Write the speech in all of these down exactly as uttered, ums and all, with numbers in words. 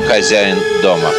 хозяин дома.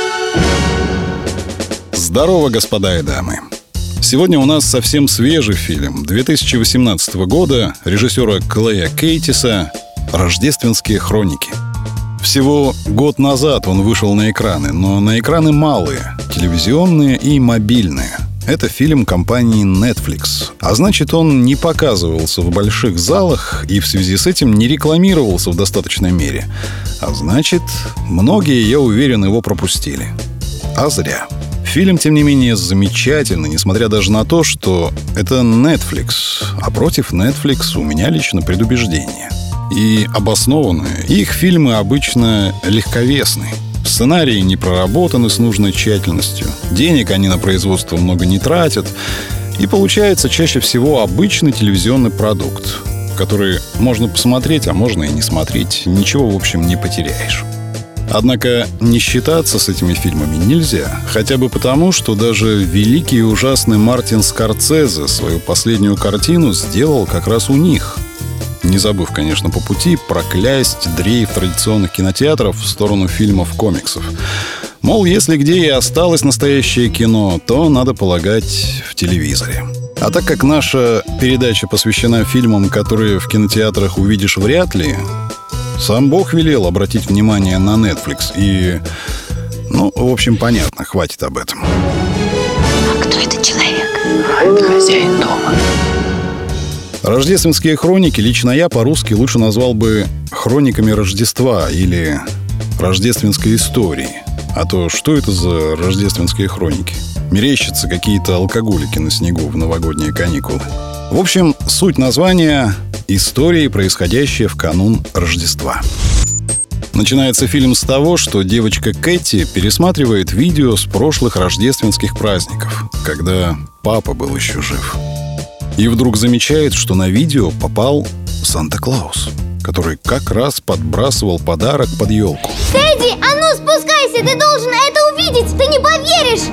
Здорово, господа и дамы. Сегодня у нас совсем свежий фильм две тысячи восемнадцатого года режиссера Клея Кейтиса «Рождественские хроники». Всего год назад он вышел на экраны, но на экраны малые, телевизионные и мобильные. Это фильм компании Netflix, а значит, он не показывался в больших залах и в связи с этим не рекламировался в достаточной мере. А значит, многие, я уверен, его пропустили. А зря. Фильм, тем не менее, замечательный, несмотря даже на то, что это Netflix, а против Netflix у меня лично предубеждения. И обоснованные. Их фильмы обычно легковесны. Сценарии не проработаны с нужной тщательностью. Денег они на производство много не тратят. И получается чаще всего обычный телевизионный продукт, который можно посмотреть, а можно и не смотреть. Ничего, в общем, не потеряешь. Однако не считаться с этими фильмами нельзя. Хотя бы потому, что даже великий и ужасный Мартин Скорсезе свою последнюю картину сделал как раз у них. Не забыв, конечно, по пути проклясть дрейф традиционных кинотеатров в сторону фильмов-комиксов. Мол, если где и осталось настоящее кино, то, надо полагать, в телевизоре. А так как наша передача посвящена фильмам, которые в кинотеатрах увидишь вряд ли, сам Бог велел обратить внимание на Netflix. И, ну, в общем, понятно, хватит об этом. А кто этот человек? А, это хозяин дома. «Рождественские хроники» лично я по-русски лучше назвал бы «Хрониками Рождества» или «Рождественской историей». А то что это за рождественские хроники? Мерещатся какие-то алкоголики на снегу в новогодние каникулы. В общем, суть названия — истории, происходящие в канун Рождества. Начинается фильм с того, что девочка Кэти пересматривает видео с прошлых рождественских праздников, когда папа был еще жив. И вдруг замечает, что на видео попал Санта-Клаус, который как раз подбрасывал подарок под елку. Тедди, а ну спускайся, ты должен это увидеть, ты не поверишь!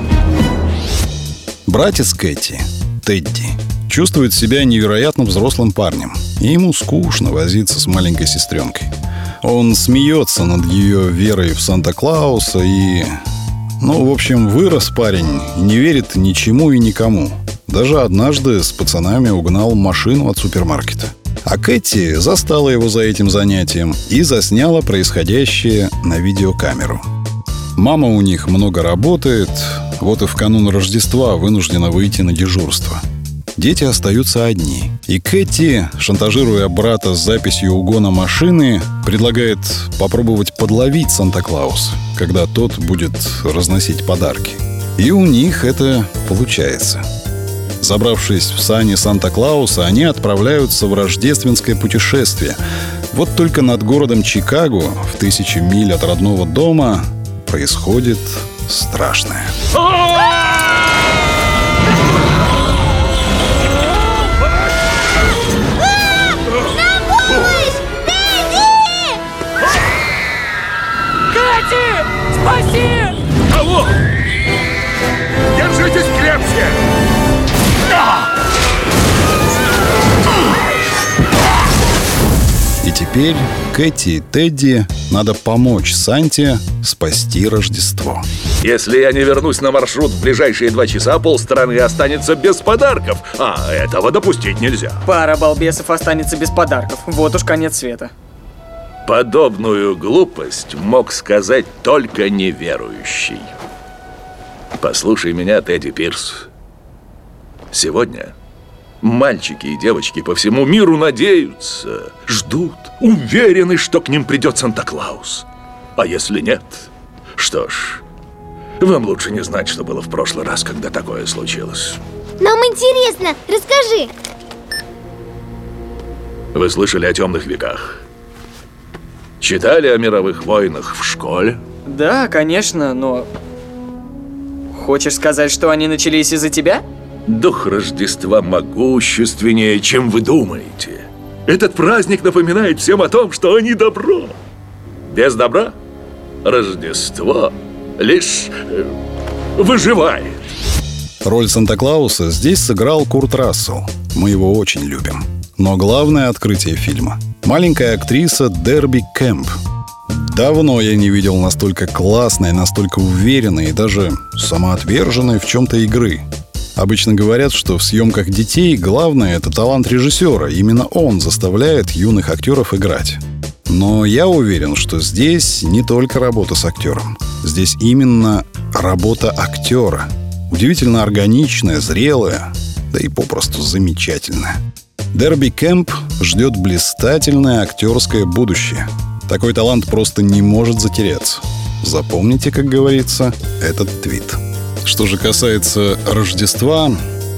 Братец Кэти, Тедди, чувствует себя невероятно взрослым парнем, и ему скучно возиться с маленькой сестренкой. Он смеется над ее верой в Санта-Клауса и... Ну, в общем, вырос парень и не верит ничему и никому. Даже однажды с пацанами угнал машину от супермаркета. А Кэти застала его за этим занятием и засняла происходящее на видеокамеру. Мама у них много работает, вот и в канун Рождества вынуждена выйти на дежурство. Дети остаются одни. И Кэти, шантажируя брата с записью угона машины, предлагает попробовать подловить Санта-Клауса, когда тот будет разносить подарки. И у них это получается. Забравшись в сани Санта-Клауса, они отправляются в рождественское путешествие. Вот только над городом Чикаго, в тысячи миль от родного дома, происходит страшное. Спаси! Алло! Держитесь крепче! И теперь Кэти и Тедди надо помочь Санте спасти Рождество. Если я не вернусь на маршрут в ближайшие два часа, полстраны останется без подарков. А этого допустить нельзя. Пара балбесов останется без подарков. Вот уж конец света. Подобную глупость мог сказать только неверующий. Послушай меня, Тедди Пирс. Сегодня мальчики и девочки по всему миру надеются, ждут, уверены, что к ним придет Санта-Клаус. А если нет, что ж, вам лучше не знать, что было в прошлый раз, когда такое случилось. Нам интересно, расскажи. Вы слышали о темных веках? Читали о мировых войнах в школе? Да, конечно, но... Хочешь сказать, что они начались из-за тебя? Дух Рождества могущественнее, чем вы думаете. Этот праздник напоминает всем о том, что они добро. Без добра Рождество лишь э, выживает. Роль Санта-Клауса здесь сыграл Курт Рассел. Мы его очень любим. Но главное открытие фильма — маленькая актриса Дерби Кэмп. Давно я не видел настолько классной, настолько уверенной и даже самоотверженной в чем-то игры. Обычно говорят, что в съемках детей главное — это талант режиссера. Именно он заставляет юных актеров играть. Но я уверен, что здесь не только работа с актером. Здесь именно работа актера. Удивительно органичная, зрелая, да и попросту замечательная. Дерби Кэмп ждет блистательное актерское будущее. Такой талант просто не может затеряться. Запомните, как говорится, этот твит. Что же касается Рождества...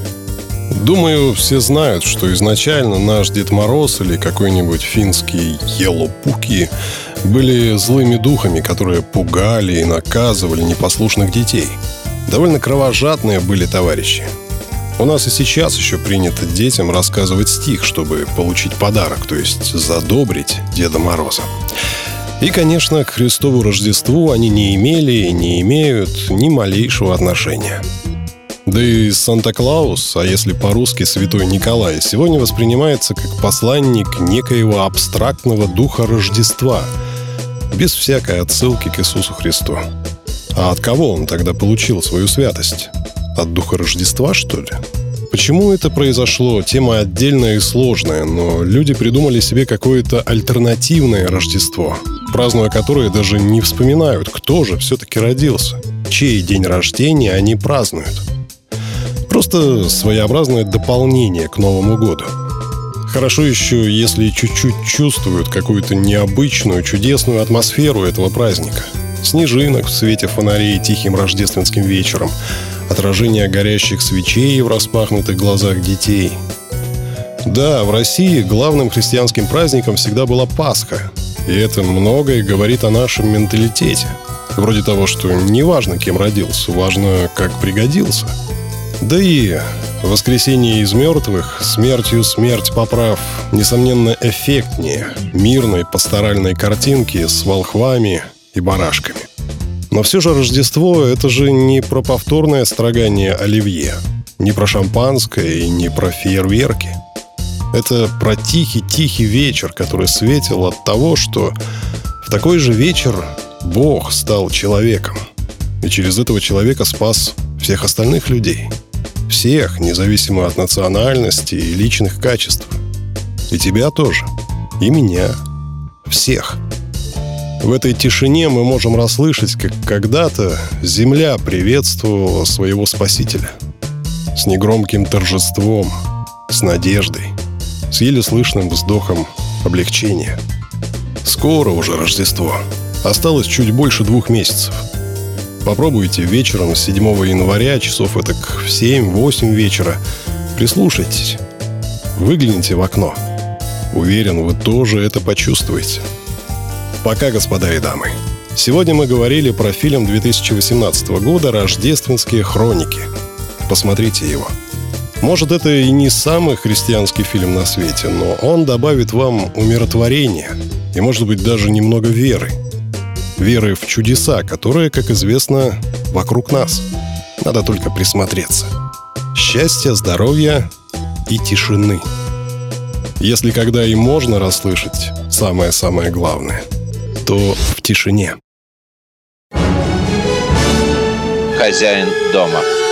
Думаю, все знают, что изначально наш Дед Мороз или какой-нибудь финский Елопуки были злыми духами, которые пугали и наказывали непослушных детей. Довольно кровожадные были товарищи. У нас и сейчас еще принято детям рассказывать стих, чтобы получить подарок, то есть задобрить Деда Мороза. И, конечно, к Христову Рождеству они не имели и не имеют ни малейшего отношения. Да и Санта-Клаус, а если по-русски Святой Николай, сегодня воспринимается как посланник некоего абстрактного духа Рождества, без всякой отсылки к Иисусу Христу. А от кого он тогда получил свою святость? От духа Рождества, что ли? Почему это произошло? Тема отдельная и сложная, но люди придумали себе какое-то альтернативное Рождество, празднуя которое даже не вспоминают, кто же все-таки родился, чей день рождения они празднуют. Просто своеобразное дополнение к Новому году. Хорошо еще, если чуть-чуть чувствуют какую-то необычную, чудесную атмосферу этого праздника. Снежинок в свете фонарей тихим рождественским вечером, отражение горящих свечей в распахнутых глазах детей. Да, в России главным христианским праздником всегда была Пасха. И это многое говорит о нашем менталитете. Вроде того, что не важно, кем родился, важно, как пригодился. Да и воскресение из мертвых, смертью смерть поправ, несомненно, эффектнее мирной пасторальной картинки с волхвами и барашками. Но все же Рождество — это же не про повторное строгание оливье, не про шампанское и не про фейерверки. Это про тихий-тихий вечер, который светил от того, что в такой же вечер Бог стал человеком. И через этого человека спас всех остальных людей. Всех, независимо от национальности и личных качеств. И тебя тоже. И меня. Всех. В этой тишине мы можем расслышать, как когда-то земля приветствовала своего Спасителя. С негромким торжеством, с надеждой, с еле слышным вздохом облегчения. Скоро уже Рождество. Осталось чуть больше двух месяцев. Попробуйте вечером с седьмого января, часов этак в семь-восемь вечера, прислушайтесь, выгляните в окно. Уверен, вы тоже это почувствуете. Пока, господа и дамы. Сегодня мы говорили про фильм две тысячи восемнадцатого года «Рождественские хроники». Посмотрите его. Может, это и не самый христианский фильм на свете, но он добавит вам умиротворения и, может быть, даже немного веры. Веры в чудеса, которые, как известно, вокруг нас. Надо только присмотреться. Счастья, здоровья и тишины. Если когда и можно расслышать самое-самое главное, то в тишине. Хозяин дома.